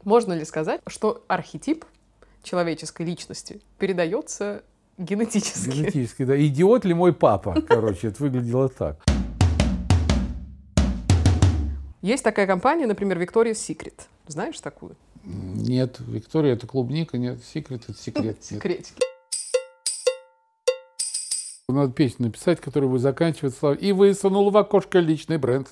Можно ли сказать, что архетип человеческой личности передается генетически? Генетически, да. Идиот ли мой папа? Короче, это выглядело так. Есть такая компания, например, Victoria's Secret. Знаешь такую? Нет, Виктория — это клубника, нет, Секрет — это секрет. Секретики. Надо песню написать, которая будет заканчивать словами «И высунул в окошко личный бренд».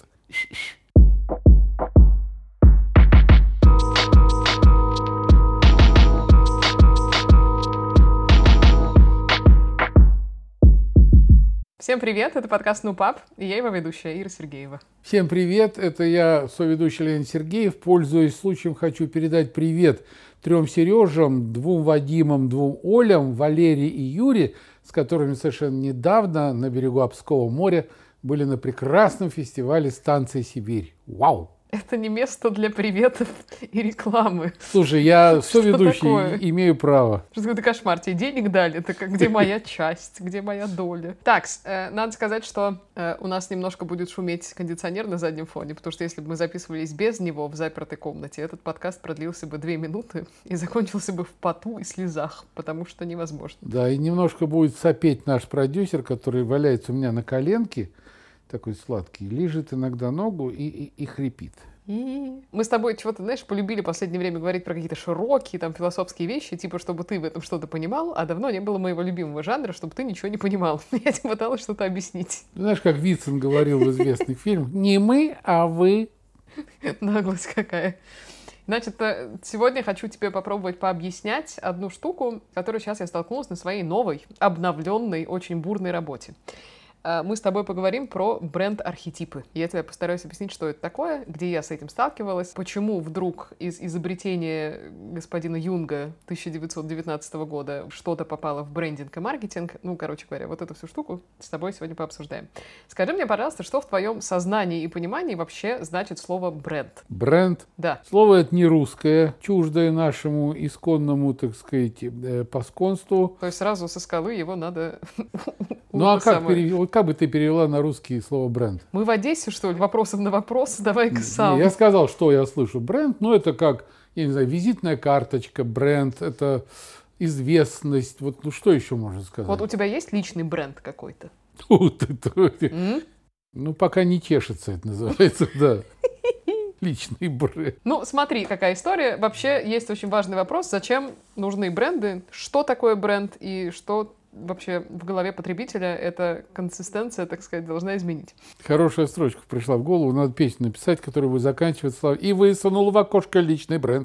Всем привет, это подкаст «Ну, пап», и я его ведущая Ира Сергеева. Всем привет, это я, соведущий Леонид Сергеев. Пользуясь случаем, хочу передать привет 3 Сережам, 2 Вадимам, 2 Олям, Валерии и Юре, с которыми совершенно недавно на берегу Обского моря были на прекрасном фестивале «Станция Сибирь». Вау! Это не место для приветов и рекламы. Слушай, я соведущий, имею право. Что такое кошмар? Тебе денег дали? Так где моя часть? Где моя доля? Так, надо сказать, что у нас немножко будет шуметь кондиционер на заднем фоне, потому что если бы мы записывались без него в запертой комнате, этот подкаст продлился бы 2 минуты и закончился бы в поту и слезах, потому что невозможно. Да, и немножко будет сопеть наш продюсер, который валяется у меня на коленке, такой сладкий, лижет иногда ногу и хрипит. Мы с тобой чего-то, знаешь, полюбили в последнее время говорить про какие-то широкие там философские вещи, типа, чтобы ты в этом что-то понимал, а давно не было моего любимого жанра, чтобы ты ничего не понимал. Я тебе пыталась что-то объяснить. Знаешь, как Вицин говорил в известных фильмах, не мы, а вы. Наглость какая. Значит, сегодня хочу тебе попробовать пообъяснять одну штуку, с которой сейчас я столкнулась на своей новой, обновленной, очень бурной работе. Мы с тобой поговорим про бренд-архетипы. Я тебе постараюсь объяснить, что это такое, где я с этим сталкивалась, почему вдруг из изобретения господина Юнга 1919 года что-то попало в брендинг и маркетинг. Ну, короче говоря, вот эту всю штуку с тобой сегодня пообсуждаем. Скажи мне, пожалуйста, что в твоем сознании и понимании вообще значит слово бренд? Бренд? Да. Слово это не русское, чуждое нашему исконному, так сказать, пасконству. То есть сразу со скалы его надо... Ну а как бы ты перевела на русский слово бренд? Мы в Одессе, что ли? Вопросом на вопрос, давай-ка сам. Я сказал, что я слышу. Бренд, ну это как, я не знаю, визитная карточка, бренд, это известность. Вот, ну что еще можно сказать? Вот у тебя есть личный бренд какой-то? Ну пока не чешется, это называется, да. Личный бренд. Ну, смотри, какая история. Вообще есть очень важный вопрос. Зачем нужны бренды? Что такое бренд? И что вообще в голове потребителя эта консистенция, так сказать, должна изменить? Хорошая строчка пришла в голову. Надо песню написать, которая будет заканчивать словами «И высунул в окошко личный бренд».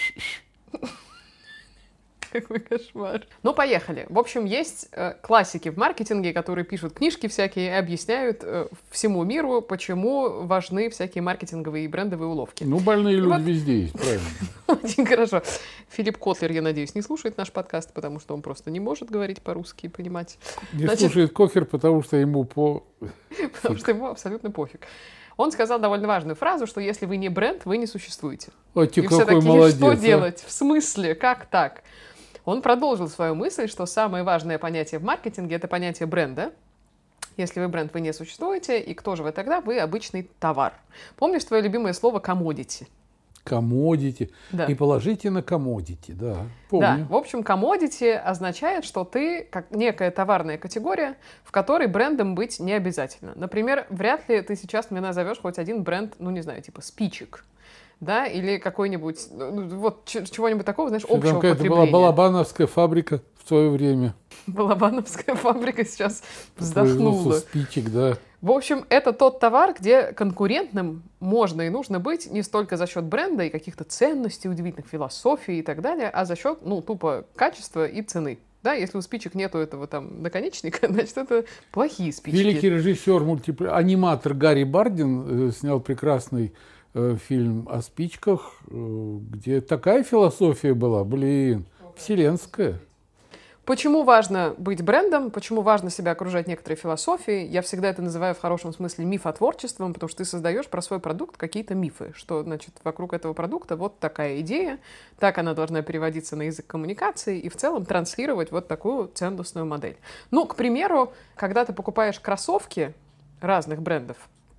Какой кошмар. Ну, поехали. В общем, есть классики в маркетинге, которые пишут книжки всякие и объясняют всему миру, почему важны всякие маркетинговые и брендовые уловки. Ну, больные люди везде есть, правильно. Очень хорошо. Филипп Котлер, я надеюсь, не слушает наш подкаст, потому что он просто не может говорить по-русски и понимать. Не слушает Кохер, потому что ему Потому что ему абсолютно пофиг. Он сказал довольно важную фразу, что если вы не бренд, вы не существуете. Ой, ты и какой все такие, молодец, что делать? В смысле? Как так? Он продолжил свою мысль, что самое важное понятие в маркетинге – это понятие бренда. Если вы бренд, вы не существуете. И кто же вы тогда? Вы обычный товар. Помнишь твое любимое слово «commodity»? Commodity. Да. И положите на commodity, да. Помню. Да, в общем, commodity означает, что ты как некая товарная категория, в которой брендом быть не обязательно. Например, вряд ли ты сейчас мне назовешь хоть один бренд, ну не знаю, типа спичек. Да, или какой-нибудь, вот чего-нибудь такого, знаешь, общего потребления. Это была Балабановская фабрика в свое время. Балабановская фабрика сейчас вздохнула. Спичек, да. В общем, это тот товар, где конкурентным можно и нужно быть не столько за счет бренда и каких-то ценностей, удивительных философий и так далее, а за счет, ну, тупо качества и цены. Да, если у спичек нету этого там наконечника, значит, это плохие спички. Великий режиссер, аниматор Гарри Бардин снял прекрасный фильм о спичках, где такая философия была, вселенская. Почему важно быть брендом, почему важно себя окружать некоторой философией? Я всегда это называю в хорошем смысле мифотворчеством, потому что ты создаешь про свой продукт какие-то мифы, что, значит, вокруг этого продукта вот такая идея, так она должна переводиться на язык коммуникации и в целом транслировать вот такую ценностную модель. Ну, к примеру, когда ты покупаешь кроссовки разных брендов,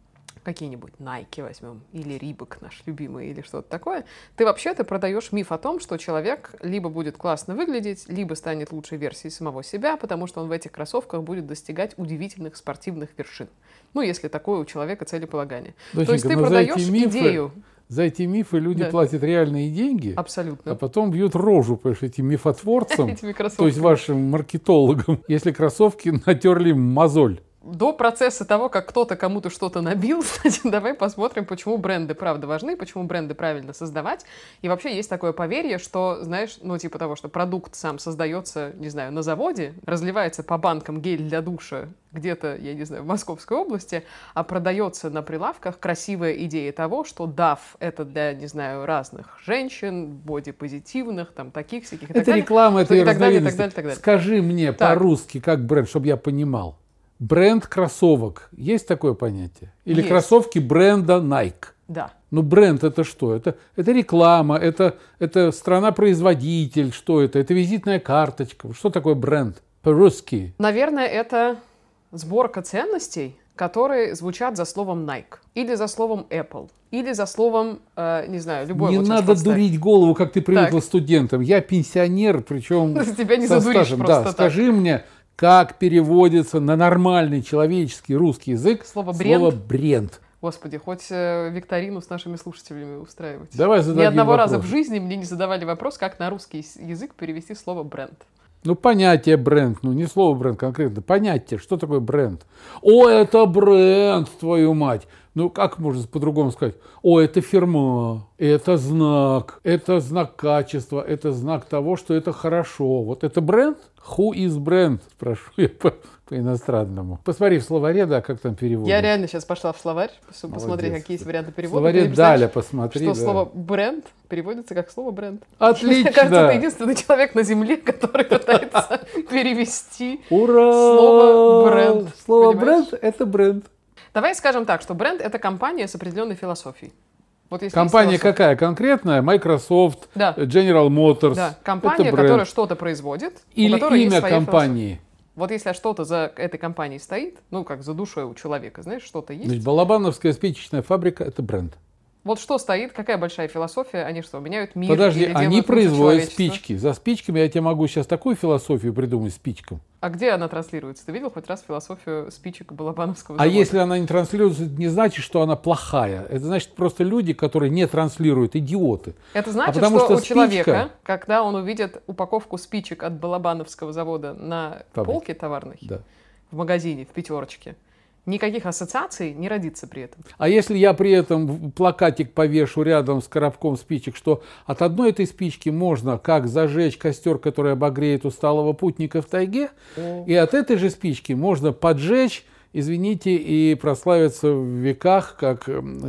какие-нибудь Nike возьмем, или Reebok наш любимый, или что-то такое, ты вообще-то продаешь миф о том, что человек либо будет классно выглядеть, либо станет лучшей версией самого себя, потому что он в этих кроссовках будет достигать удивительных спортивных вершин. Ну, если такое у человека целеполагание. Доченька, то есть ты продаешь идею. За эти мифы люди платят реальные деньги, абсолютно, а потом бьют рожу, понимаешь, этим мифотворцам, то есть вашим маркетологам, если кроссовки натерли мозоль. До процесса того, как кто-то кому-то что-то набил, кстати, давай посмотрим, почему бренды правда важны, почему бренды правильно создавать. И вообще есть такое поверье, что, знаешь, ну типа того, что продукт сам создается, не знаю, на заводе, разливается по банкам гель для душа где-то, я не знаю, в Московской области, а продается на прилавках красивая идея того, что DAF — это для, не знаю, разных женщин, бодипозитивных, там, таких-сяких и так далее. Это реклама, это и так далее, разновидность. и так далее, и так далее. Скажи мне по-русски, как бренд, чтобы я понимал. Бренд кроссовок. Есть такое понятие? Или есть. Кроссовки бренда Nike? Да. Ну, бренд это что? Это реклама, это страна-производитель, что это? Это визитная карточка. Что такое бренд по-русски? Наверное, это сборка ценностей, которые звучат за словом Nike, или за словом Apple, или за словом, не знаю, любой. Не вот надо дурить голову, как ты привыкла студентам. Я пенсионер, причем тебя не задуришь стажем. просто Да, так. скажи мне, как переводится на нормальный человеческий русский язык слово бренд? Господи, хоть викторину с нашими слушателями устраивать. Давай зададим Ни одного вопрос. раза в жизни мне не задавали вопрос, как на русский язык перевести слово бренд. Ну, понятие бренд, ну, не слово бренд конкретно, понятие, что такое бренд. О, это бренд, твою мать. Ну, как можно по-другому сказать? О, это фирма, это знак качества, это знак того, что это хорошо. Вот это бренд? Who is brand? Спрошу я по-иностранному. Посмотри в словаре, да, как там переводят. Я реально сейчас пошла в словарь, чтобы посмотреть, какие есть варианты В перевода. словаре Даля посмотри. Что да. слово бренд переводится как слово бренд. Отлично! Мне кажется, ты единственный человек на Земле, который пытается перевести Ура! слово бренд. Слово Понимаешь? бренд – это бренд. Давай скажем так, что бренд — это компания с определенной философией. Вот если Компания какая конкретная? Microsoft, да. General Motors. Да, компания, которая что-то производит. Или у которой имя есть своя компании. философия. Вот если что-то за этой компанией стоит, ну, как за душой у человека, знаешь, что-то есть. Значит, Балабановская спичечная фабрика – это бренд. Вот что стоит, какая большая философия, они что, меняют мир? Подожди, или они делают лучше производят человечество? спички. За спичками я тебе могу сейчас такую философию придумать спичкам. А где она транслируется? Ты видел хоть раз философию спичек Балабановского А завода? если она не транслируется, это не значит, что она плохая. Это значит просто люди, которые не транслируют, идиоты. Это значит, потому что у спичка... человека, когда он увидит упаковку спичек от Балабановского завода на полке товарной, да. в магазине, в пятерочке, никаких ассоциаций не родится при этом. А если я при этом плакатик повешу рядом с коробком спичек, что от одной этой спички можно как зажечь костер, который обогреет усталого путника в тайге, и от этой же спички можно поджечь, извините, и прославиться в веках, как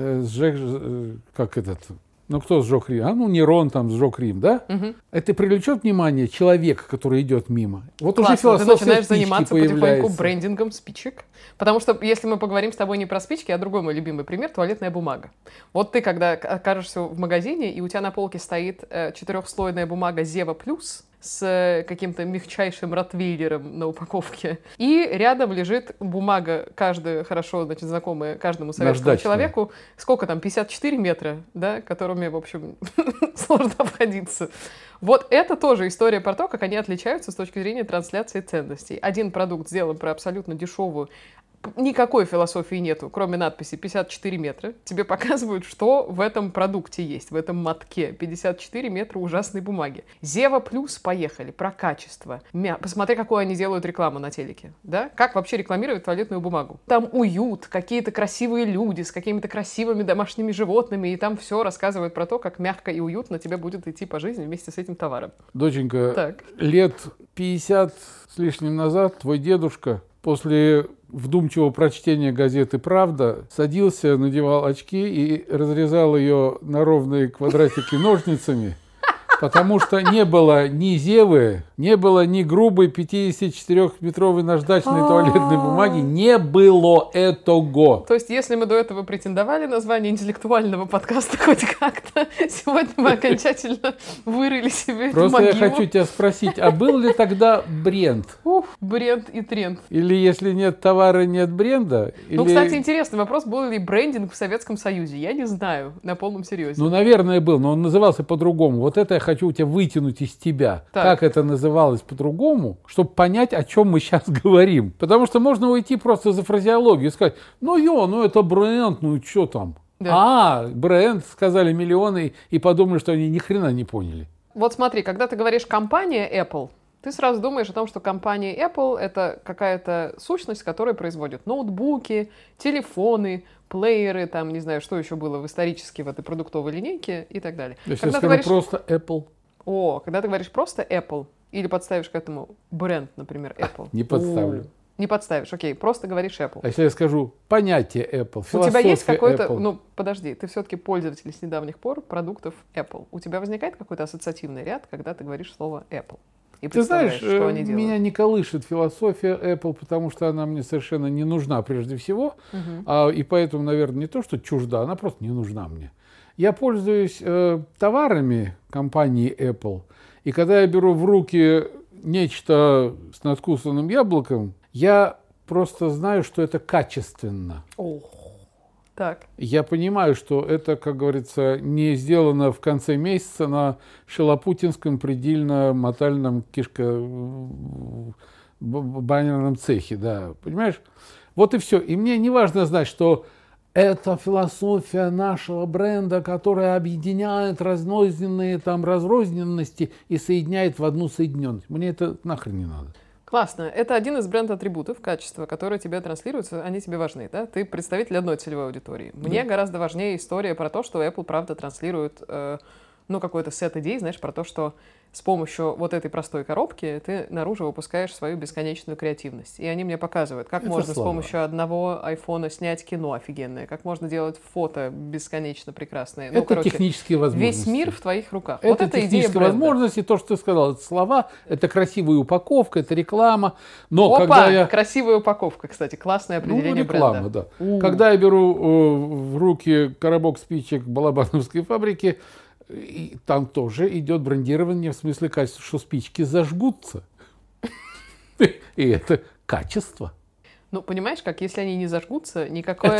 этот... Ну, кто сжег Рим? Ну, Нерон там сжег Рим, да? Угу. Это привлечет внимание человека, который идет мимо. Вот классно, уже философия ты начинаешь спички заниматься появляется. потихоньку брендингом спичек. Потому что если мы поговорим с тобой не про спички, а другой мой любимый пример — туалетная бумага. Вот ты, когда окажешься в магазине, и у тебя на полке стоит 4-слойная бумага Зева Плюс с каким-то мягчайшим ротвейлером на упаковке, и рядом лежит бумага, каждая хорошо, значит, знакомая каждому советскому человеку, сколько там, 54 метра, да, которыми, в общем, сложно обходиться. Вот это тоже история про то, как они отличаются с точки зрения трансляции ценностей. Один продукт сделан про абсолютно дешевую, никакой философии нету, кроме надписи 54 метра. Тебе показывают, что в этом продукте есть, в этом мотке. 54 метра ужасной бумаги. Зева Плюс, поехали, про качество. Посмотри, какую они делают рекламу на телеке. Да? Как вообще рекламировать туалетную бумагу? Там уют, какие-то красивые люди с какими-то красивыми домашними животными, и там все рассказывают про то, как мягко и уютно тебе будет идти по жизни вместе с этим товаром. Доченька, так. Лет 50 с лишним назад твой дедушка после вдумчивого прочтения газеты «Правда» садился, надевал очки и разрезал ее на ровные квадратики ножницами Потому что не было ни зевы, не было ни грубой 54-метровой наждачной туалетной бумаги, не было этого. То есть, если мы до этого претендовали на звание интеллектуального подкаста хоть как-то, сегодня мы окончательно вырыли себе эту Просто могилу. я хочу тебя спросить, а был ли тогда бренд? Бренд и тренд. Или если нет товара, нет бренда? Ну, или... кстати, интересный вопрос, был ли брендинг в Советском Союзе? Я не знаю, на полном серьезе. Ну, наверное, был, но он назывался по-другому. Вот это я хочу у тебя вытянуть из тебя. Так. Как это называлось по-другому, чтобы понять, о чем мы сейчас говорим. Потому что можно уйти просто за фразеологию и сказать, ну это бренд, ну что там? Да. Бренд, сказали миллионы и подумали, что они ни хрена не поняли. Вот смотри, когда ты говоришь «компания Apple», ты сразу думаешь о том, что компания Apple — это какая-то сущность, которая производит ноутбуки, телефоны, плееры, там, не знаю, что еще было исторически в этой продуктовой линейке и так далее. Если я скажу говоришь... просто Apple. Когда ты говоришь просто Apple или подставишь к этому бренд, например, Apple. Не подставлю. Не подставишь, окей, просто говоришь Apple. А если я скажу понятие Apple, философия у тебя есть какой-то, Apple. ну, подожди, ты все-таки пользователь с недавних пор продуктов Apple. У тебя возникает какой-то ассоциативный ряд, когда ты говоришь слово Apple? И ты знаешь, что они делают? Меня не колышет философия Apple, потому что она мне совершенно не нужна прежде всего. И поэтому, наверное, не то, что чужда, она просто не нужна мне. Я пользуюсь товарами компании Apple, и когда я беру в руки нечто с надкусанным яблоком, я просто знаю, что это качественно. Так. Я понимаю, что это, как говорится, не сделано в конце месяца на шелопутинском предельно-мотальном кишкобанерном цехе. Да. Понимаешь? Вот и все. И мне не важно знать, что это философия нашего бренда, которая объединяет разрозненные разрозненности и соединяет в одну соединенность. Мне это нахрен не надо. Классно. Это один из бренд-атрибутов, качества, которые тебе транслируются, они тебе важны, да? Ты представитель одной целевой аудитории. Мне гораздо важнее история про то, что Apple, правда, транслирует какой-то сет идей, знаешь, про то, что с помощью вот этой простой коробки ты наружу выпускаешь свою бесконечную креативность. И они мне показывают, как можно с помощью одного айфона снять кино офигенное, как можно делать фото бесконечно прекрасные. Это технические возможности. Весь мир в твоих руках. Это вот это технические возможности, то, что ты сказал, это слова, это красивая упаковка, это реклама. Но когда красивая упаковка, кстати, классное определение реклама, бренда. Да. Когда я беру в руки коробок спичек Балабановской фабрики, и там тоже идет брендирование в смысле качества, что спички зажгутся. И это качество. Ну, понимаешь, как если они не зажгутся, никакие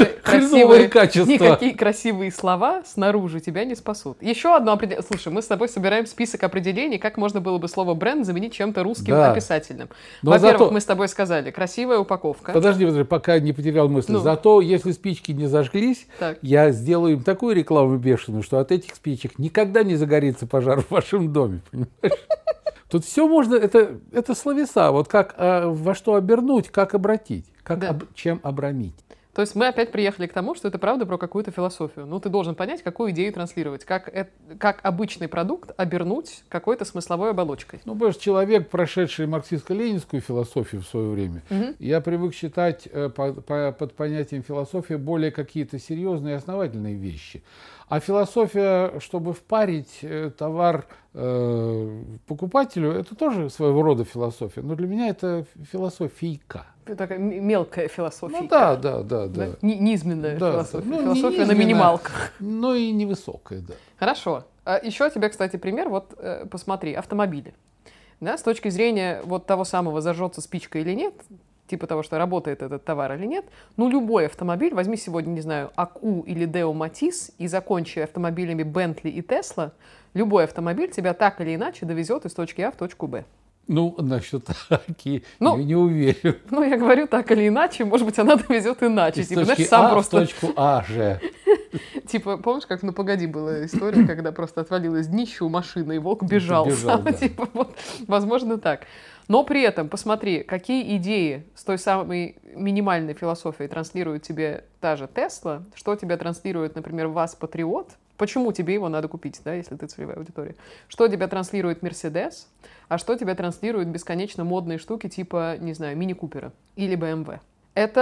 красивые слова снаружи тебя не спасут. Еще одно определение. Слушай, мы с тобой собираем список определений, как можно было бы слово бренд заменить чем-то русским описательным. Во-первых, мы с тобой сказали, красивая упаковка. Подожди, пока не потерял мысль. Зато, если спички не зажглись, я сделаю им такую рекламу бешеную, что от этих спичек никогда не загорится пожар в вашем доме. Понимаешь? Тут все можно, это словеса, вот как во что обернуть, как обратить, чем обрамить. То есть мы опять приехали к тому, что это правда про какую-то философию. Ну, ты должен понять, какую идею транслировать, как обычный продукт обернуть какой-то смысловой оболочкой. Ну, потому что человек, прошедший марксистско-ленинскую философию в свое время, я привык считать под понятием философия более какие-то серьезные и основательные вещи. А философия, чтобы впарить товар покупателю, это тоже своего рода философия. Но для меня это философийка. Такая мелкая философия. Ну да. Низменная философия. Философия на минималках. Но и невысокая, да. Хорошо. Еще тебе, кстати, пример. Вот посмотри, автомобили. Да, с точки зрения вот того самого, зажжется спичка или нет, типа того, что работает этот товар или нет, ну, любой автомобиль, возьми сегодня, не знаю, АКУ или Део Матис и закончи автомобилями Бентли и Тесла, любой автомобиль тебя так или иначе довезет из точки А в точку Б. Ну, насчет таки, я не уверен. Ну, я говорю так или иначе, может быть, она довезет иначе. Из точки А в точку А же. Типа, помнишь, как «Ну, погоди» была история, когда просто отвалилось днище у машины, и волк бежал сам. Типа, вот, возможно, так. Но при этом, посмотри, какие идеи с той самой минимальной философией транслирует тебе та же Тесла, что тебе транслирует, например, ВАЗ-Патриот, почему тебе его надо купить, да, если ты целевая аудитория, что тебя транслирует Мерседес, а что тебя транслируют бесконечно модные штуки типа, не знаю, Мини-Купера или БМВ. Это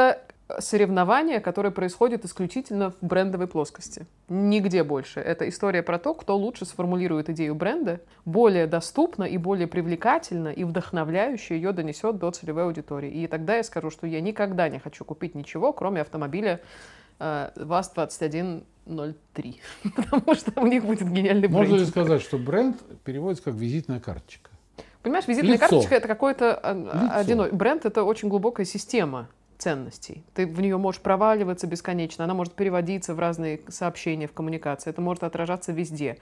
соревнование, которое происходит исключительно в брендовой плоскости. Нигде больше. Это история про то, кто лучше сформулирует идею бренда, более доступно и более привлекательно и вдохновляюще ее донесет до целевой аудитории. И тогда я скажу, что я никогда не хочу купить ничего, кроме автомобиля ВАЗ-2103, потому что у них будет гениальный бренд. Можно ли сказать, что бренд переводится как визитная карточка? Понимаешь, визитная карточка — это какой-то Лицо. бренд — это очень глубокая система ценностей. Ты в нее можешь проваливаться бесконечно, она может переводиться в разные сообщения, в коммуникации, это может отражаться везде.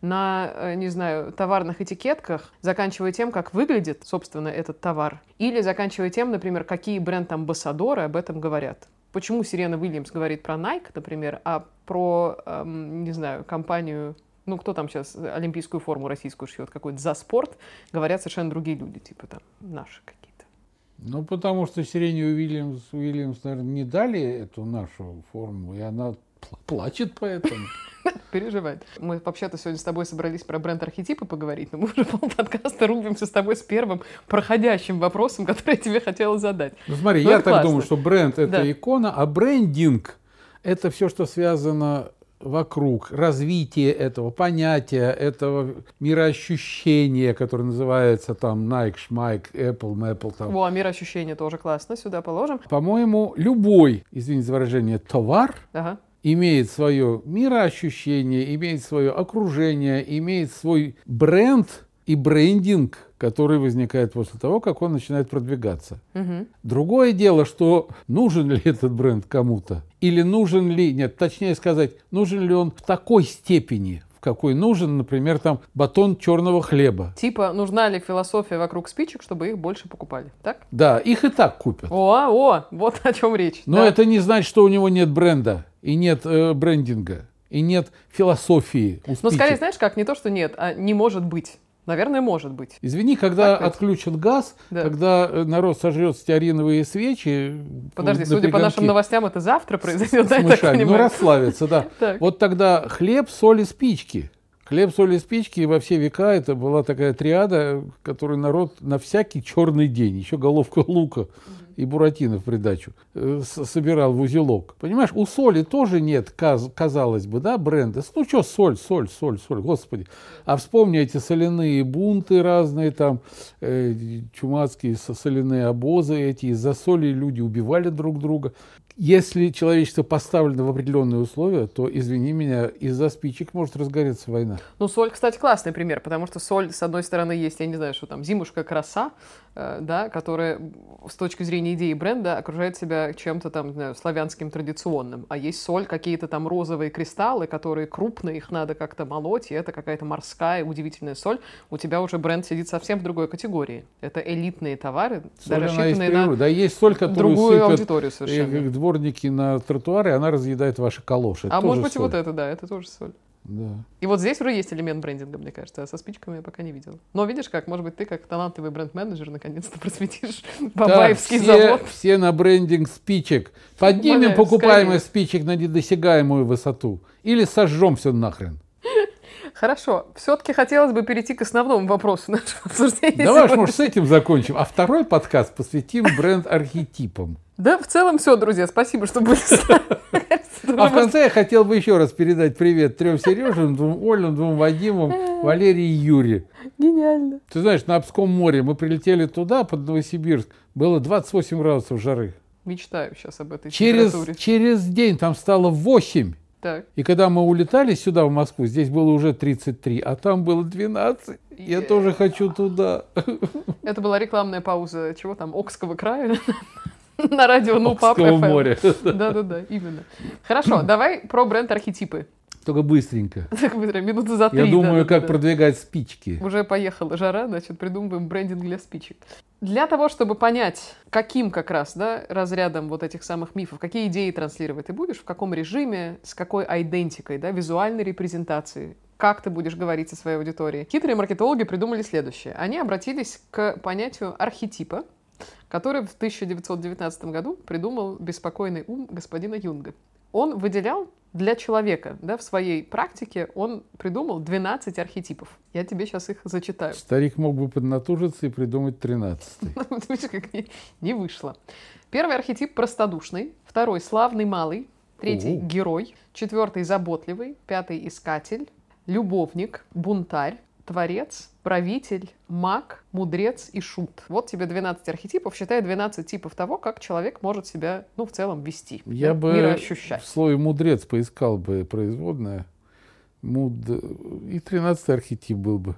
На, не знаю, товарных этикетках, заканчивая тем, как выглядит, собственно, этот товар, или заканчивая тем, например, какие бренд-амбассадоры об этом говорят. Почему Сирена Уильямс говорит про Nike, например, а про, не знаю, компанию, ну, кто там сейчас олимпийскую форму российскую шьет, какой-то «За спорт», говорят совершенно другие люди, типа там наши какие-то. Ну, потому что Сирене Уильямс, наверное, не дали эту нашу форму, и она плачет поэтому. Переживает. Мы вообще-то сегодня с тобой собрались про бренд-архетипы поговорить, но мы уже полподкаста рубимся с тобой с первым проходящим вопросом, который я тебе хотела задать. Ну, смотри, Ну, я это так классно. думаю, что бренд — это Да. икона, а брендинг — это все, что связано вокруг, развитие этого понятия, этого мироощущения, которое называется там Nike, Schmike, Apple, Maple. Там. О, мироощущение тоже классно, сюда положим. По-моему, любой, извините за выражение, товар Ага. имеет свое мироощущение, имеет свое окружение, имеет свой бренд и брендинг, который возникает после того, как он начинает продвигаться. Угу. Другое дело, что нужен ли этот бренд кому-то, или нужен ли, нет, точнее сказать, нужен ли он в такой степени, в какой нужен, например, там батон черного хлеба. Типа, нужна ли философия вокруг спичек, чтобы их больше покупали, так? Да, их и так купят. О, вот о чем речь. Но да. это не значит, что у него нет бренда, и нет брендинга, и нет философии у Ну, спичек. скорее, знаешь как, не то, что нет, а не может быть. Наверное, может быть. Извини, когда Так ведь? отключат газ, Да. когда народ сожрет стеариновые свечи... Подожди, на судя по перегонки нашим новостям, это завтра произойдет, да, с я так мышами, ну, понимаю. расслабиться, да. Так. Вот тогда хлеб, соль и спички. Хлеб, соль и спички во все века это была такая триада, которую народ на всякий черный день, еще головка лука и буратино в придачу, собирал в узелок. Понимаешь, у соли тоже нет, казалось бы, да, бренда. Ну что, соль, господи. А вспомни эти соляные бунты разные, там, чумацкие соляные обозы эти, из-за соли люди убивали друг друга. Если человечество поставлено в определенные условия, то, извини меня, из-за спичек может разгореться война. Ну, соль, кстати, классный пример, потому что соль, с одной стороны, есть, я не знаю, что там, зимушка краса, да, которая с точки зрения идеи бренда окружает себя чем-то там, не знаю, славянским традиционным. А есть соль, какие-то там розовые кристаллы, которые крупные, их надо как-то молоть, и это какая-то морская удивительная соль. У тебя уже бренд сидит совсем в другой категории. Это элитные товары, Соль, она из рассчитанные природы. на Да, есть соль, которую другую сыпят аудиторию совершенно. дворники на тротуаре, она разъедает ваши калоши. Это А может тоже быть, и соль. вот это, да, это тоже соль. Да. И вот здесь уже есть элемент брендинга, мне кажется, а со спичками я пока не видела. Но видишь как, может быть, ты как талантливый бренд-менеджер наконец-то просветишь Бабаевский завод. Все на брендинг спичек. Поднимем Умоляю, покупаемость спичек на недосягаемую высоту. Или сожжем все нахрен. Хорошо, все-таки хотелось бы перейти к основному вопросу нашего обсуждения. Давай уж, сегодня. может, с этим закончим. А второй подкаст посвятим бренд-архетипам. Да, в целом все, друзья, спасибо, что были с нами. А в конце я хотел бы еще раз передать привет 3 Сережам, 2 Олям, 2 Вадимам, Валерии и Юре. Гениально. Ты знаешь, на Обском море мы прилетели туда, под Новосибирск, было 28 градусов жары. Мечтаю сейчас об этой температуре. Через день там стало 8. Так. И когда мы улетали сюда, в Москву, здесь было уже 33, а там было 12. Я тоже хочу туда. Это была рекламная пауза, чего там, Окского края? На радио НУПАП Обского FM. моря. Да, именно. Хорошо, давай про бренд-архетипы. Только быстренько. Так быстро, минуты за 3. Я думаю, как продвигать спички. Уже поехала жара, значит, придумываем брендинг для спичек. Для того, чтобы понять, каким как раз, да, разрядом вот этих самых мифов, какие идеи транслировать ты будешь, в каком режиме, с какой айдентикой, да, визуальной репрезентацией, как ты будешь говорить со своей аудиторией. Хитрые маркетологи придумали следующее. Они обратились к понятию архетипа, который в 1919 году придумал беспокойный ум господина Юнга. Он выделял для человека, да, в своей практике он придумал 12 архетипов. Я тебе сейчас их зачитаю. Старик мог бы поднатужиться и придумать 13-й. Видишь, как не вышло. Первый архетип простодушный, второй славный малый, третий герой, четвертый заботливый, пятый искатель, любовник, бунтарь, творец, правитель, маг, мудрец и шут. Вот тебе 12 архетипов, считай 12 типов того, как человек может себя, в целом вести. Я бы мироощущать. в слове «мудрец» поискал бы производное. И 13-й архетип был бы.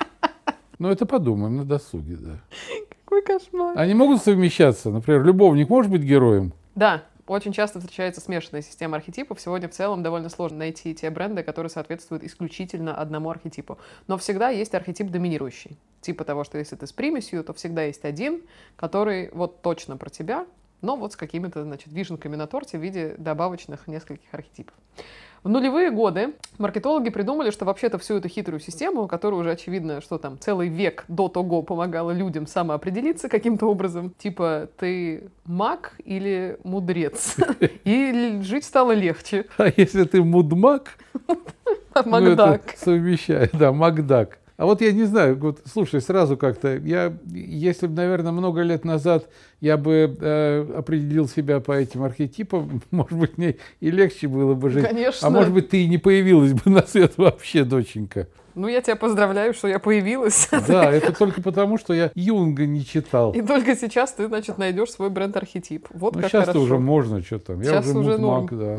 Но это подумаем на досуге, да. Какой кошмар. Они могут совмещаться? Например, любовник может быть героем? Да. Очень часто встречается смешанная система архетипов. Сегодня в целом довольно сложно найти те бренды, которые соответствуют исключительно одному архетипу. Но всегда есть архетип доминирующий. Типа того, что если ты с примесью, то всегда есть один, который вот точно про тебя, но вот с какими-то, вишенками на торте в виде добавочных нескольких архетипов. В нулевые годы маркетологи придумали, что вообще-то всю эту хитрую систему, которая уже, очевидно, что там целый век до того помогала людям самоопределиться каким-то образом, типа ты маг или мудрец, и жить стало легче. А если ты мудмаг? Макдак. Совмещаю, да, Макдак. А вот я не знаю, вот, слушай, сразу как-то, если бы, наверное, много лет назад я бы определил себя по этим архетипам, может быть, мне и легче было бы жить. Конечно. А может быть, ты и не появилась бы на свет вообще, доченька. Я тебя поздравляю, что я появилась. Да, это только потому, что я Юнга не читал. И только сейчас ты, найдешь свой бренд-архетип. Вот как сейчас-то хорошо. уже можно, что там. Сейчас я уже мудмаг, да.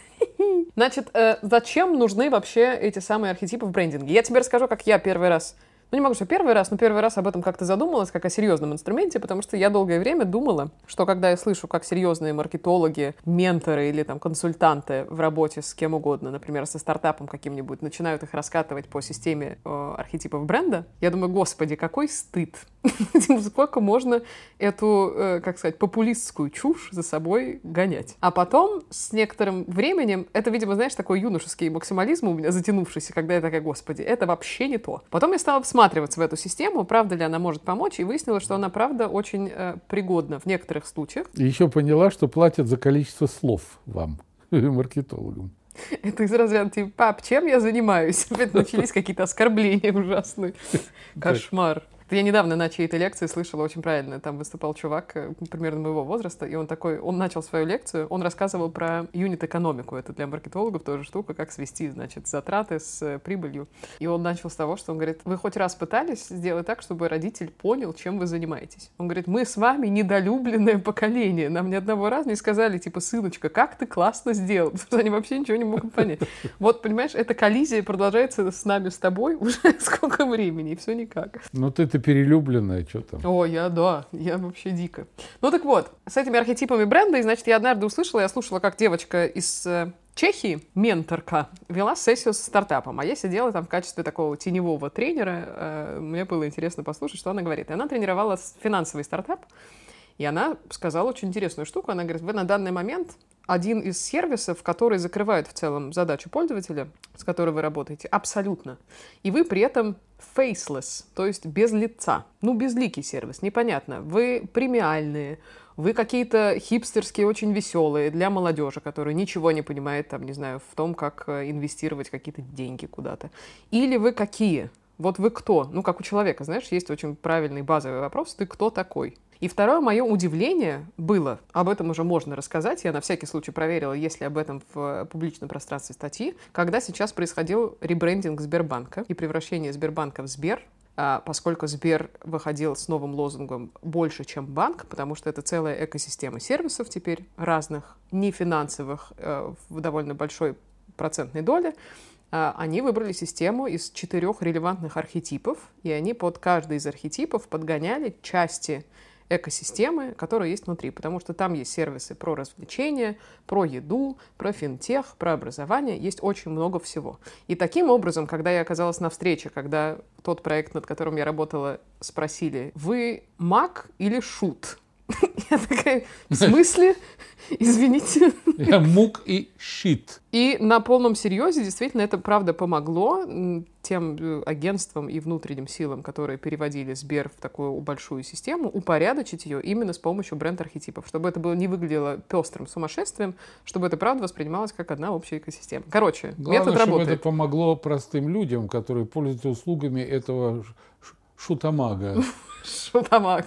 Значит, зачем нужны вообще эти самые архетипы в брендинге? Я тебе расскажу, как я первый раз, не могу сказать первый раз, но первый раз об этом как-то задумалась, как о серьезном инструменте, потому что я долгое время думала, что когда я слышу, как серьезные маркетологи, менторы или консультанты в работе с кем угодно, например, со стартапом каким-нибудь, начинают их раскатывать по системе архетипов бренда, я думаю, господи, какой стыд. Сколько можно эту, популистскую чушь за собой гонять. А потом, с некоторым временем, это, видимо, знаешь, такой юношеский максимализм у меня затянувшийся, когда я такая, господи, это вообще не то. Потом я стала всматриваться в эту систему, правда ли она может помочь, и выяснила, что она, правда, очень пригодна в некоторых случаях. И еще поняла, что платят за количество слов вам, маркетологам. Это из разряда, типа, пап, чем я занимаюсь? Опять начались какие-то оскорбления ужасные. Кошмар. Я недавно на чьей-то лекции слышала очень правильно. Там выступал чувак примерно моего возраста, и он начал свою лекцию, он рассказывал про юнит-экономику. Это для маркетологов тоже штука, как свести, затраты с прибылью. И он начал с того, что он говорит, вы хоть раз пытались сделать так, чтобы родитель понял, чем вы занимаетесь? Он говорит, мы с вами недолюбленное поколение. Нам ни одного раза не сказали, типа, сыночка, как ты классно сделал. Потому что они вообще ничего не могут понять. Вот, понимаешь, эта коллизия продолжается с нами, с тобой уже сколько времени, и все никак. Ну, ты перелюбленная, что там? О, я вообще дико. Ну так вот, с этими архетипами бренда, и, значит, я однажды я слушала, как девочка из Чехии, менторка, вела сессию с стартапом, а я сидела там в качестве такого теневого тренера, мне было интересно послушать, что она говорит. И она тренировала финансовый стартап, и она сказала очень интересную штуку, она говорит, вы на данный момент один из сервисов, который закрывает в целом задачу пользователя, с которой вы работаете, абсолютно. И вы при этом faceless, то есть без лица. Безликий сервис, непонятно. Вы премиальные, вы какие-то хипстерские, очень веселые для молодежи, которая ничего не понимает, в том, как инвестировать какие-то деньги куда-то. Или вы какие? Вот вы кто? Как у человека, знаешь, есть очень правильный базовый вопрос, ты кто такой? И второе мое удивление было, об этом уже можно рассказать, я на всякий случай проверила, есть ли об этом в публичном пространстве статьи, когда сейчас происходил ребрендинг Сбербанка и превращение Сбербанка в Сбер, поскольку Сбер выходил с новым лозунгом «больше, чем банк», потому что это целая экосистема сервисов теперь разных, нефинансовых, в довольно большой процентной доле. Они выбрали систему из 4 релевантных архетипов, и они под каждый из архетипов подгоняли части экосистемы, которые есть внутри, потому что там есть сервисы про развлечения, про еду, про финтех, про образование, есть очень много всего. И таким образом, когда я оказалась на встрече, когда тот проект, над которым я работала, спросили, вы маг или шут? Я такая, в смысле? Извините. Я мук и щит. И на полном серьезе, действительно, это правда помогло тем агентствам и внутренним силам, которые переводили Сбер в такую большую систему, упорядочить ее именно с помощью бренд-архетипов, чтобы это было не выглядело пестрым сумасшествием, чтобы это правда воспринималось как одна общая экосистема. Короче, главное, метод чтобы работает. это помогло простым людям, которые пользуются услугами этого шутамага. Шутамаг.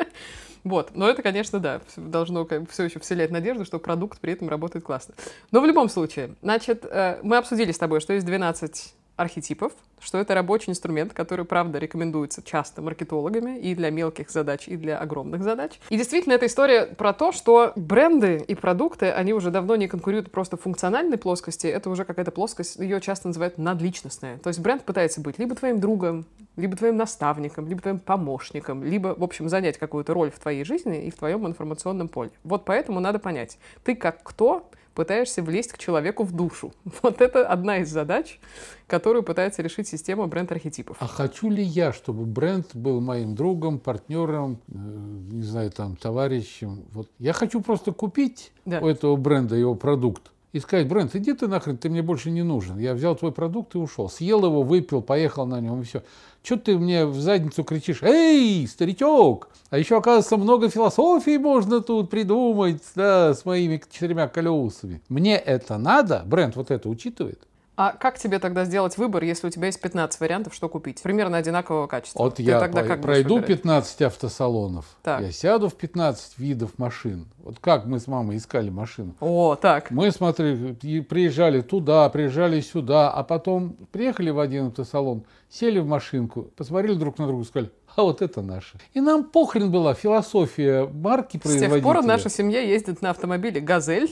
Вот, но это, конечно, да, должно все еще вселять надежду, что продукт при этом работает классно. Но в любом случае, значит, мы обсудили с тобой, что есть 12 архетипов, что это рабочий инструмент, который, правда, рекомендуется часто маркетологами и для мелких задач, и для огромных задач. И действительно, эта история про то, что бренды и продукты, они уже давно не конкурируют просто в функциональной плоскости, это уже какая-то плоскость, ее часто называют надличностная. То есть бренд пытается быть либо твоим другом, либо твоим наставником, либо твоим помощником, либо, в общем, занять какую-то роль в твоей жизни и в твоем информационном поле. Вот поэтому надо понять, ты как кто пытаешься влезть к человеку в душу. Вот это одна из задач, которую пытается решить система бренд-архетипов. А хочу ли я, чтобы бренд был моим другом, партнером, не знаю, там, товарищем? Вот. Я хочу просто купить у этого бренда его продукт и сказать: бренд, иди ты нахрен, ты мне больше не нужен. Я взял твой продукт и ушел. Съел его, выпил, поехал на нем и все. Что ты мне в задницу кричишь? Эй, старичок! А еще, оказывается, много философий можно тут придумать, да, с моими 4 колесами. Мне это надо? Бренд вот это учитывает? А как тебе тогда сделать выбор, если у тебя есть 15 вариантов, что купить? Примерно одинакового качества. Вот ты я тогда как пройду 15 автосалонов, так. Я сяду в 15 видов машин. Вот как мы с мамой искали машину. О, так. Мы, смотри, приезжали туда, приезжали сюда, а потом приехали в один автосалон, сели в машинку, посмотрели друг на друга и сказали: а вот это наше. И нам похрен была философия марки производителя. С тех пор наша семья ездит на автомобиле «Газель».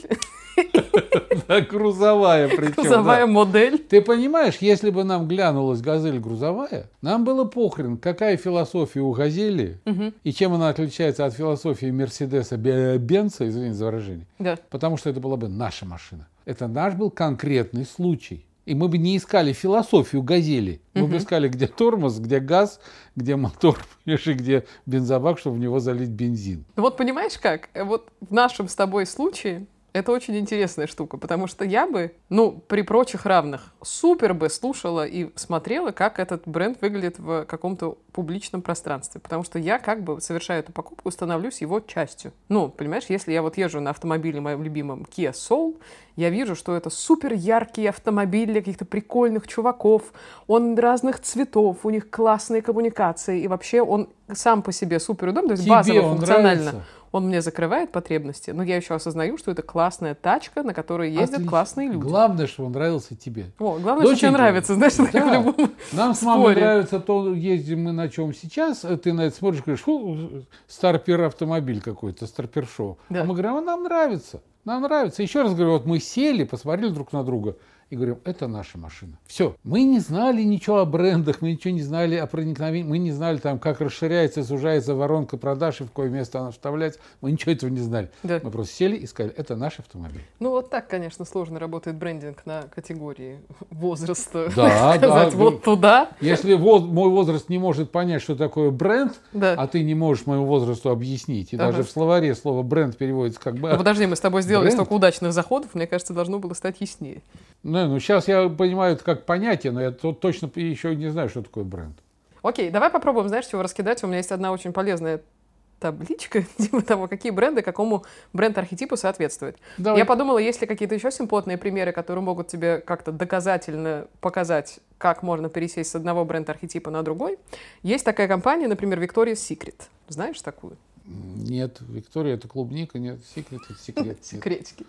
Грузовая причем. Грузовая модель. Ты понимаешь, если бы нам глянулась «Газель» грузовая, нам было похрен, какая философия у «Газели» и чем она отличается от философии «Мерседеса» Бенца, извините за выражение. Да. Потому что это была бы наша машина. Это наш был конкретный случай. И мы бы не искали философию «Газели». Мы бы искали, где тормоз, где газ, где мотор, и где бензобак, чтобы в него залить бензин. Ну вот понимаешь как? Вот в нашем с тобой случае это очень интересная штука, потому что я бы, при прочих равных, супер бы слушала и смотрела, как этот бренд выглядит в каком-то публичном пространстве, потому что я как бы, совершая эту покупку, становлюсь его частью. Понимаешь, если я вот езжу на автомобиле моим любимым Kia Soul, я вижу, что это супер яркие автомобили каких-то прикольных чуваков, он разных цветов, у них классные коммуникации, и вообще он сам по себе супер удобный, то есть базово, функционально. Нравится? Он мне закрывает потребности, но я еще осознаю, что это классная тачка, на которой ездят классные люди. Главное, что он нравился тебе. Главное, что тебе нравится. Знаешь, да. В любом нам с мамой споре. Нравится то, ездим мы на чем сейчас. Ты на это смотришь, говоришь: старпер автомобиль какой-то, старпер-шоу. Да. А мы говорим: нам нравится. Нам нравится. Еще раз говорю, вот мы сели, посмотрели друг на друга и говорим: это наша машина. Все. Мы не знали ничего о брендах, мы ничего не знали о проникновении, мы не знали, там, как расширяется, сужается воронка продаж и в какое место она вставляется. Мы ничего этого не знали. Да. Мы просто сели и сказали: это наш автомобиль. Вот так, конечно, сложно работает брендинг на категории возраста. Да, сказать, да. Вот туда. Если мой возраст не может понять, что такое бренд, Да. а ты не можешь моему возрасту объяснить, и даже в словаре слово бренд переводится как бы... Подожди, мы с тобой сделали бренд. столько удачных заходов, мне кажется, должно было стать яснее. Сейчас я понимаю это как понятие, но я точно еще не знаю, что такое бренд. Окей, давай попробуем, знаешь, чего раскидать. У меня есть одна очень полезная табличка, типа того, какие бренды какому бренд-архетипу соответствуют. Давай. Я подумала, есть ли какие-то еще симпотные примеры, которые могут тебе как-то доказательно показать, как можно пересесть с одного бренд-архетипа на другой. Есть такая компания, например, Victoria's Secret. Знаешь такую? Нет, Виктория — это клубника, нет, секрет — это секрет. Секретики.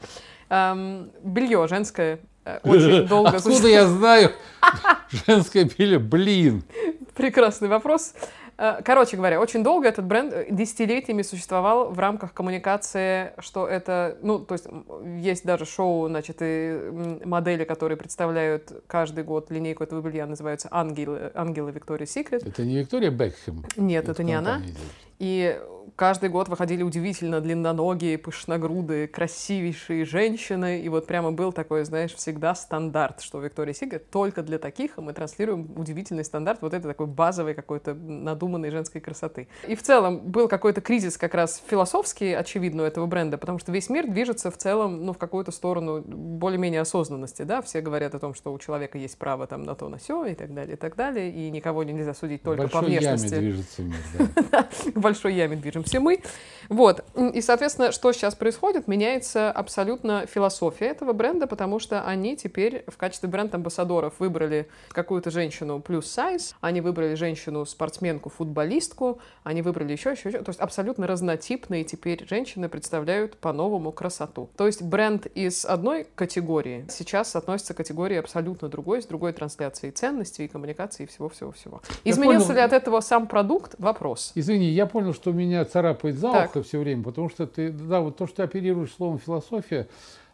Белье женское очень долго... Откуда я знаю женское белье? Блин. Прекрасный вопрос. Короче говоря, очень долго этот бренд десятилетиями существовал в рамках коммуникации, что это, то есть есть даже шоу, значит, и модели, которые представляют каждый год линейку этого белья, называются ангелы Victoria's Secret. Это не Виктория Бекхэм? Нет, это не она. И каждый год выходили удивительно длинноногие, пышногрудые, красивейшие женщины, и вот прямо был такой, знаешь, всегда стандарт, что Victoria's Secret только для таких, и мы транслируем удивительный стандарт вот этой такой базовой какой-то надуманной женской красоты. И в целом был какой-то кризис как раз философский, очевидно, у этого бренда, потому что весь мир движется в целом, в какую-то сторону более-менее осознанности, да, все говорят о том, что у человека есть право там на то, на сё, и так далее, и никого нельзя судить только по внешности. Яме движется мир, да. В большой яме движемся мы. Вот. И, соответственно, что сейчас происходит? Меняется абсолютно философия этого бренда, потому что они теперь в качестве бренд-амбассадоров выбрали какую-то женщину плюс сайз, они выбрали женщину-спортсменку, футболистку, они выбрали еще. То есть абсолютно разнотипные теперь женщины представляют по-новому красоту. То есть бренд из одной категории сейчас относится к категории абсолютно другой, с другой трансляцией ценностей, коммуникации и всего-всего-всего. Изменился ли от этого сам продукт? Вопрос. Извини, я понял, что меня царапает за ухо все время, потому что ты, да, вот то, что ты оперируешь словом философия,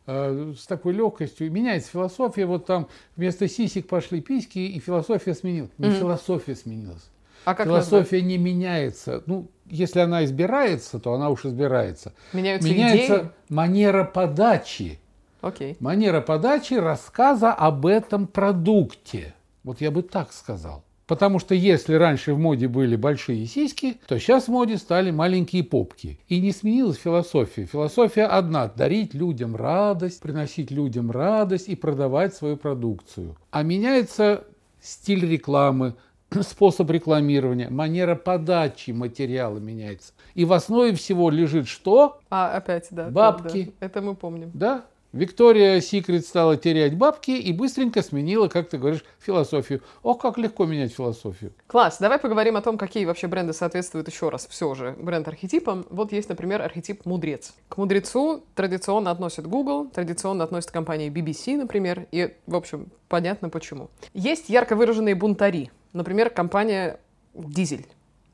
с такой легкостью. Меняется философия, вот там вместо сисек пошли письки, и философия сменилась. Не философия сменилась. А как философия назвать? не меняется. Если она избирается, то она уж избирается. Меняются идеи? Манера подачи. Окей. Манера подачи рассказа об этом продукте. Вот я бы так сказал. Потому что если раньше в моде были большие сиськи, то сейчас в моде стали маленькие попки. И не сменилась философия. Философия одна – дарить людям радость, приносить людям радость и продавать свою продукцию. А меняется стиль рекламы, способ рекламирования, манера подачи материала меняется. И в основе всего лежит что? Опять, да. Бабки. Да. Это мы помним. Да. Victoria's Secret стала терять бабки и быстренько сменила, как ты говоришь, философию. Ох, как легко менять философию. Класс. Давай поговорим о том, какие вообще бренды соответствуют еще раз все же бренд-архетипам. Вот есть, например, архетип мудрец. К мудрецу традиционно относят Google, традиционно относят компании BBC, например, и, в общем, понятно почему. Есть ярко выраженные бунтари. Например, компания Дизель.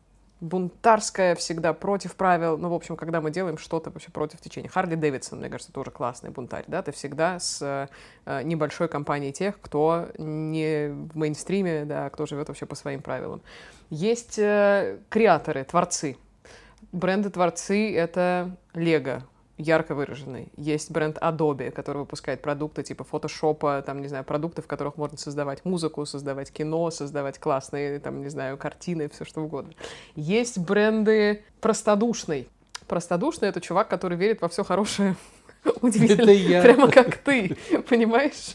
Бунтарская, всегда против правил. В общем, когда мы делаем что-то вообще против течения. Харли Дэвидсон, мне кажется, тоже классный бунтарь. Да? Ты всегда с небольшой компанией тех, кто не в мейнстриме, да, кто живет вообще по своим правилам. Есть креаторы, творцы. Бренды-творцы — это Lego, ярко выраженный. Есть бренд Adobe, который выпускает продукты типа фотошопа, там, не знаю, продукты, в которых можно создавать музыку, создавать кино, создавать классные, там, не знаю, картины, все что угодно. Есть бренды простодушный. Простодушный — это чувак, который верит во все хорошее. Удивительно. Это я. Прямо как ты, понимаешь?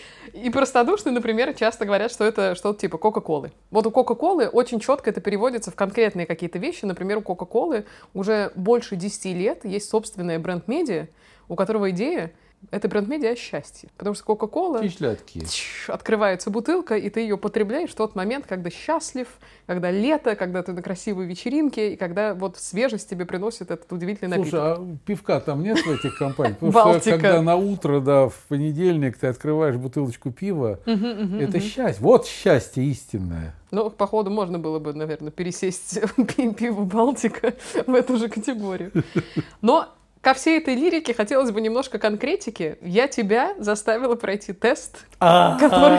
И простодушные, например, часто говорят, что это что-то типа Кока-Колы. Вот у Кока-Колы очень четко это переводится в конкретные какие-то вещи. Например, у Кока-Колы уже больше 10 лет есть собственная бренд-медиа, у которого идея — это бренд-медиа о счастье. Потому что Кока-Кола... Открывается бутылка, и ты ее потребляешь в тот момент, когда счастлив, когда лето, когда ты на красивой вечеринке, и когда вот свежесть тебе приносит этот удивительный напиток. Слушай, а пивка там нет в этих компаниях? Потому что когда на утро, да, в понедельник ты открываешь бутылочку пива, это счастье. Вот счастье истинное. Походу, можно было бы, наверное, пересесть пиво «Балтика» в эту же категорию. Но ко всей этой лирике хотелось бы немножко конкретики. Я тебя заставила пройти тест, который...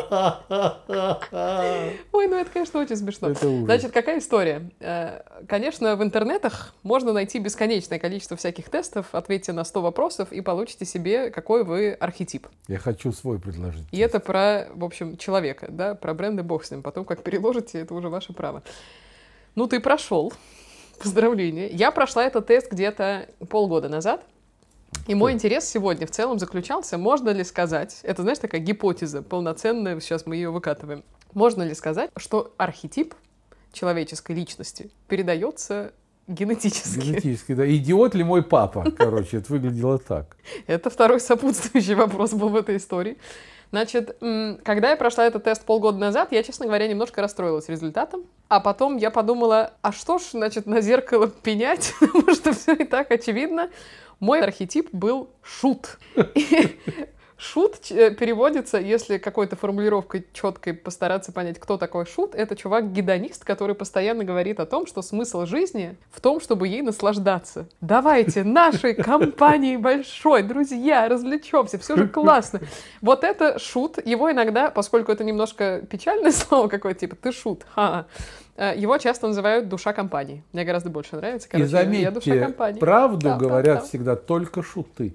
Ой, это, конечно, очень смешно. Значит, какая история? Конечно, в интернетах можно найти бесконечное количество всяких тестов. Ответьте на 100 вопросов и получите себе, какой вы архетип. Я хочу свой предложить. И это про, в общем, человека, да, про бренды бог с ним. Потом, как переложите, это уже ваше право. Ты прошел. Поздравления. Я прошла этот тест где-то полгода назад. И мой интерес сегодня в целом заключался, можно ли сказать, это, знаешь, такая гипотеза полноценная, сейчас мы ее выкатываем, можно ли сказать, что архетип человеческой личности передается генетически. Генетически, да. Идиот ли мой папа? Короче, это выглядело так. Это второй сопутствующий вопрос был в этой истории. Значит, когда я прошла этот тест полгода назад, я, честно говоря, немножко расстроилась результатом. А потом я подумала, а что ж, значит, на зеркало пенять, потому что все и так очевидно. Мой архетип был шут. И Шут переводится, если какой-то формулировкой четкой постараться понять, кто такой шут, это чувак-гедонист, который постоянно говорит о том, что смысл жизни в том, чтобы ей наслаждаться. Давайте нашей компанией большой, друзья, развлечемся, все же классно. Вот это шут, его иногда, поскольку это немножко печальное слово какое-то, типа «ты шут», его часто называют «душа компании». Мне гораздо больше нравится. Короче, и заметьте, я душа компании. Правду говорят всегда только шуты.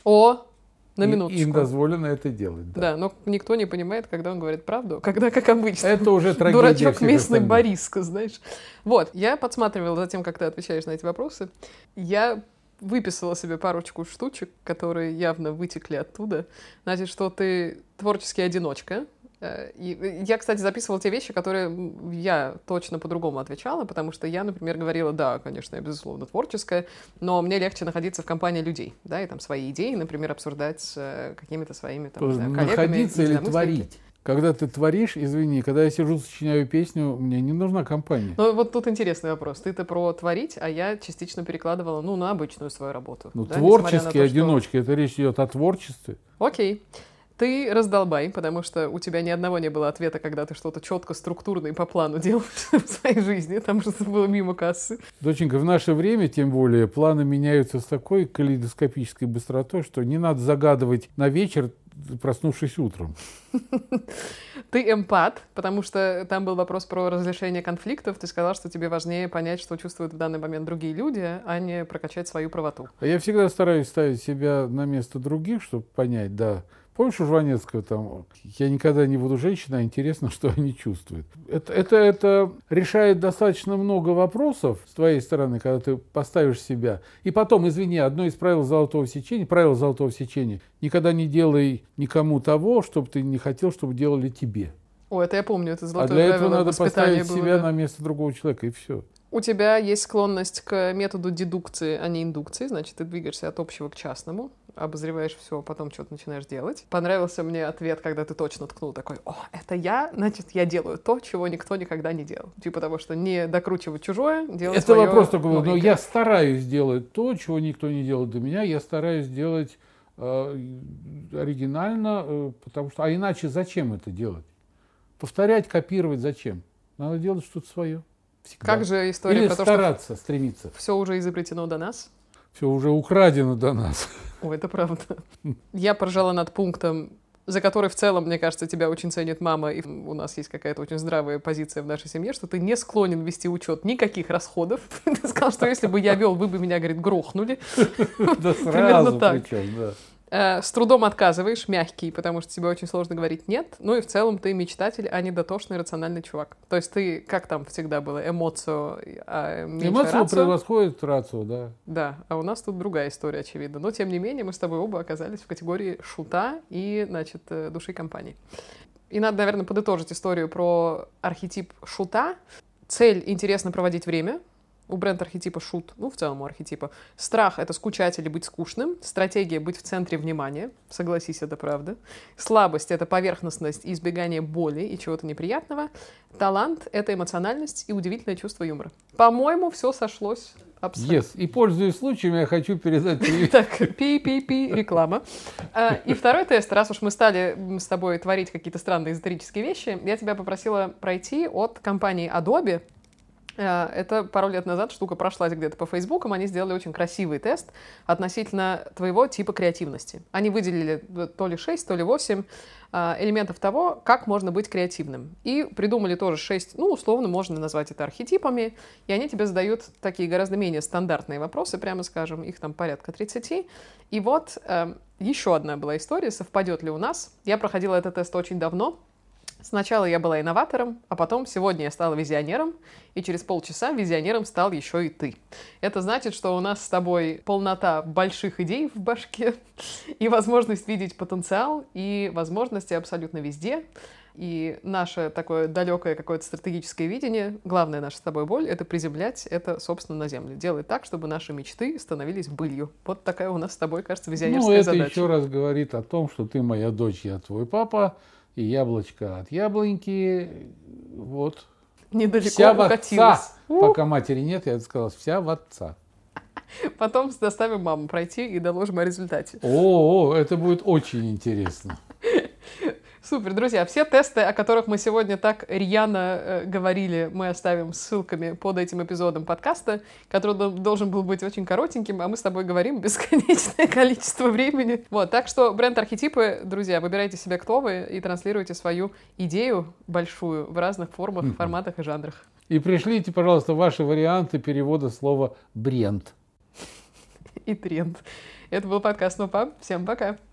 На минуточку. Им дозволено это делать. Да, но никто не понимает, когда он говорит правду, когда, как обычно. Это уже трагедия. Дурачок местный Бориска, знаешь. Вот, я подсматривала за тем, как ты отвечаешь на эти вопросы. Я выписала себе парочку штучек, которые явно вытекли оттуда. Значит, что ты творческий одиночка. И я, кстати, записывала те вещи, которые я точно по-другому отвечала, потому что я, например, говорила, да, конечно, я, безусловно, творческая, но мне легче находиться в компании людей, да, и там свои идеи, например, обсуждать с какими-то своими там, коллегами. Находиться или творить? Когда ты творишь, извини, когда я сижу, сочиняю песню, мне не нужна компания. Ну, вот тут интересный вопрос. Ты-то про творить, а я частично перекладывала, на обычную свою работу. Ну, да? Творческий одиночка, это речь идет о творчестве. Окей. Ты раздолбай, потому что у тебя ни одного не было ответа, когда ты что-то четко, структурно и по плану делаешь в своей жизни, там что-то было мимо кассы. Доченька, в наше время, тем более, планы меняются с такой калейдоскопической быстротой, что не надо загадывать на вечер, проснувшись утром. Ты эмпат, потому что там был вопрос про разрешение конфликтов. Ты сказал, что тебе важнее понять, что чувствуют в данный момент другие люди, а не прокачать свою правоту. А я всегда стараюсь ставить себя на место других, чтобы понять, да. Помнишь у Жванецкого там, я никогда не буду женщиной, а интересно, что они чувствуют. Это решает достаточно много вопросов с твоей стороны, когда ты поставишь себя. И потом, извини, одно из правил золотого сечения, никогда не делай никому того, чтобы ты не хотел, чтобы делали тебе. О, это я помню, это золотое правило. А для этого этого надо поставить было, себя да. на место другого человека, и все. У тебя есть склонность к методу дедукции, а не индукции, значит, ты двигаешься от общего к частному, обозреваешь все, потом что-то начинаешь делать. Понравился мне ответ, когда ты точно ткнул такой, это я, значит, я делаю то, чего никто никогда не делал. Типа того, что не докручивать чужое, делать это свое. Это вопрос такой, но я стараюсь делать то, чего никто не делал до меня, я стараюсь делать оригинально, потому что, а иначе зачем это делать? Повторять, копировать зачем? Надо делать что-то свое. Всегда. Как же история или про то, стараться, стремиться. Все уже изобретено до нас? Все уже украдено до нас. Ой, это правда. Я поржала над пунктом, за который в целом, мне кажется, тебя очень ценит мама, и у нас есть какая-то очень здравая позиция в нашей семье, что ты не склонен вести учет никаких расходов. Ты сказал, что если бы я вел, вы бы меня, говорит, грохнули. Да сразу причем, да. С трудом отказываешь, мягкий, потому что тебе очень сложно говорить «нет». Ну и в целом ты мечтатель, а не дотошный, рациональный чувак. То есть ты, как там всегда было, эмоцио, а меньше эмоцио рацио. превосходит рацио, да. Да, а у нас тут другая история, очевидно. Но, тем не менее, мы с тобой оба оказались в категории шута и, значит, души компании. И надо, наверное, подытожить историю про архетип шута. Цель — интересно проводить время. У бренд-архетипа шут, в целом у архетипа. Страх — это скучать или быть скучным. Стратегия — быть в центре внимания. Согласись, это правда. Слабость — это поверхностность и избегание боли и чего-то неприятного. Талант — это эмоциональность и удивительное чувство юмора. По-моему, все сошлось абсолютно. Yes. И, пользуясь случаем, я хочу передать привет. Так, пи-пи-пи, реклама. И второй тест, раз уж мы стали с тобой творить какие-то странные эзотерические вещи, я тебя попросила пройти от компании Adobe. Это пару лет назад штука прошлась где-то по Фейсбукам, они сделали очень красивый тест относительно твоего типа креативности. Они выделили то ли 6, то ли 8 элементов того, как можно быть креативным. И придумали тоже 6, условно можно назвать это архетипами, и они тебе задают такие гораздо менее стандартные вопросы, прямо скажем, их там порядка 30. И вот еще одна была история, совпадет ли у нас. Я проходила этот тест очень давно. Сначала я была инноватором, а потом сегодня я стала визионером, и через полчаса визионером стал еще и ты. Это значит, что у нас с тобой полнота больших идей в башке, и возможность видеть потенциал, и возможности абсолютно везде. И наше такое далекое какое-то стратегическое видение, главная наша с тобой боль — это приземлять это, собственно, на землю. Делать так, чтобы наши мечты становились былью. Вот такая у нас с тобой, кажется, визионерская задача. Это еще раз говорит о том, что ты моя дочь, я твой папа, и яблочко от яблоньки, вот. Недалеко вся укатилась. В отца. Пока матери нет, я бы сказала, вся в отца. Потом заставим маму пройти и доложим о результате. О, это будет очень интересно. Супер, друзья. Все тесты, о которых мы сегодня так рьяно говорили, мы оставим ссылками под этим эпизодом подкаста, который должен был быть очень коротеньким, а мы с тобой говорим бесконечное количество времени. Вот, так что бренд-архетипы, друзья, выбирайте себе, кто вы, и транслируйте свою идею большую в разных формах, форматах и жанрах. И пришлите, пожалуйста, ваши варианты перевода слова «бренд». И тренд. Это был подкаст «Ну, пап». Всем пока.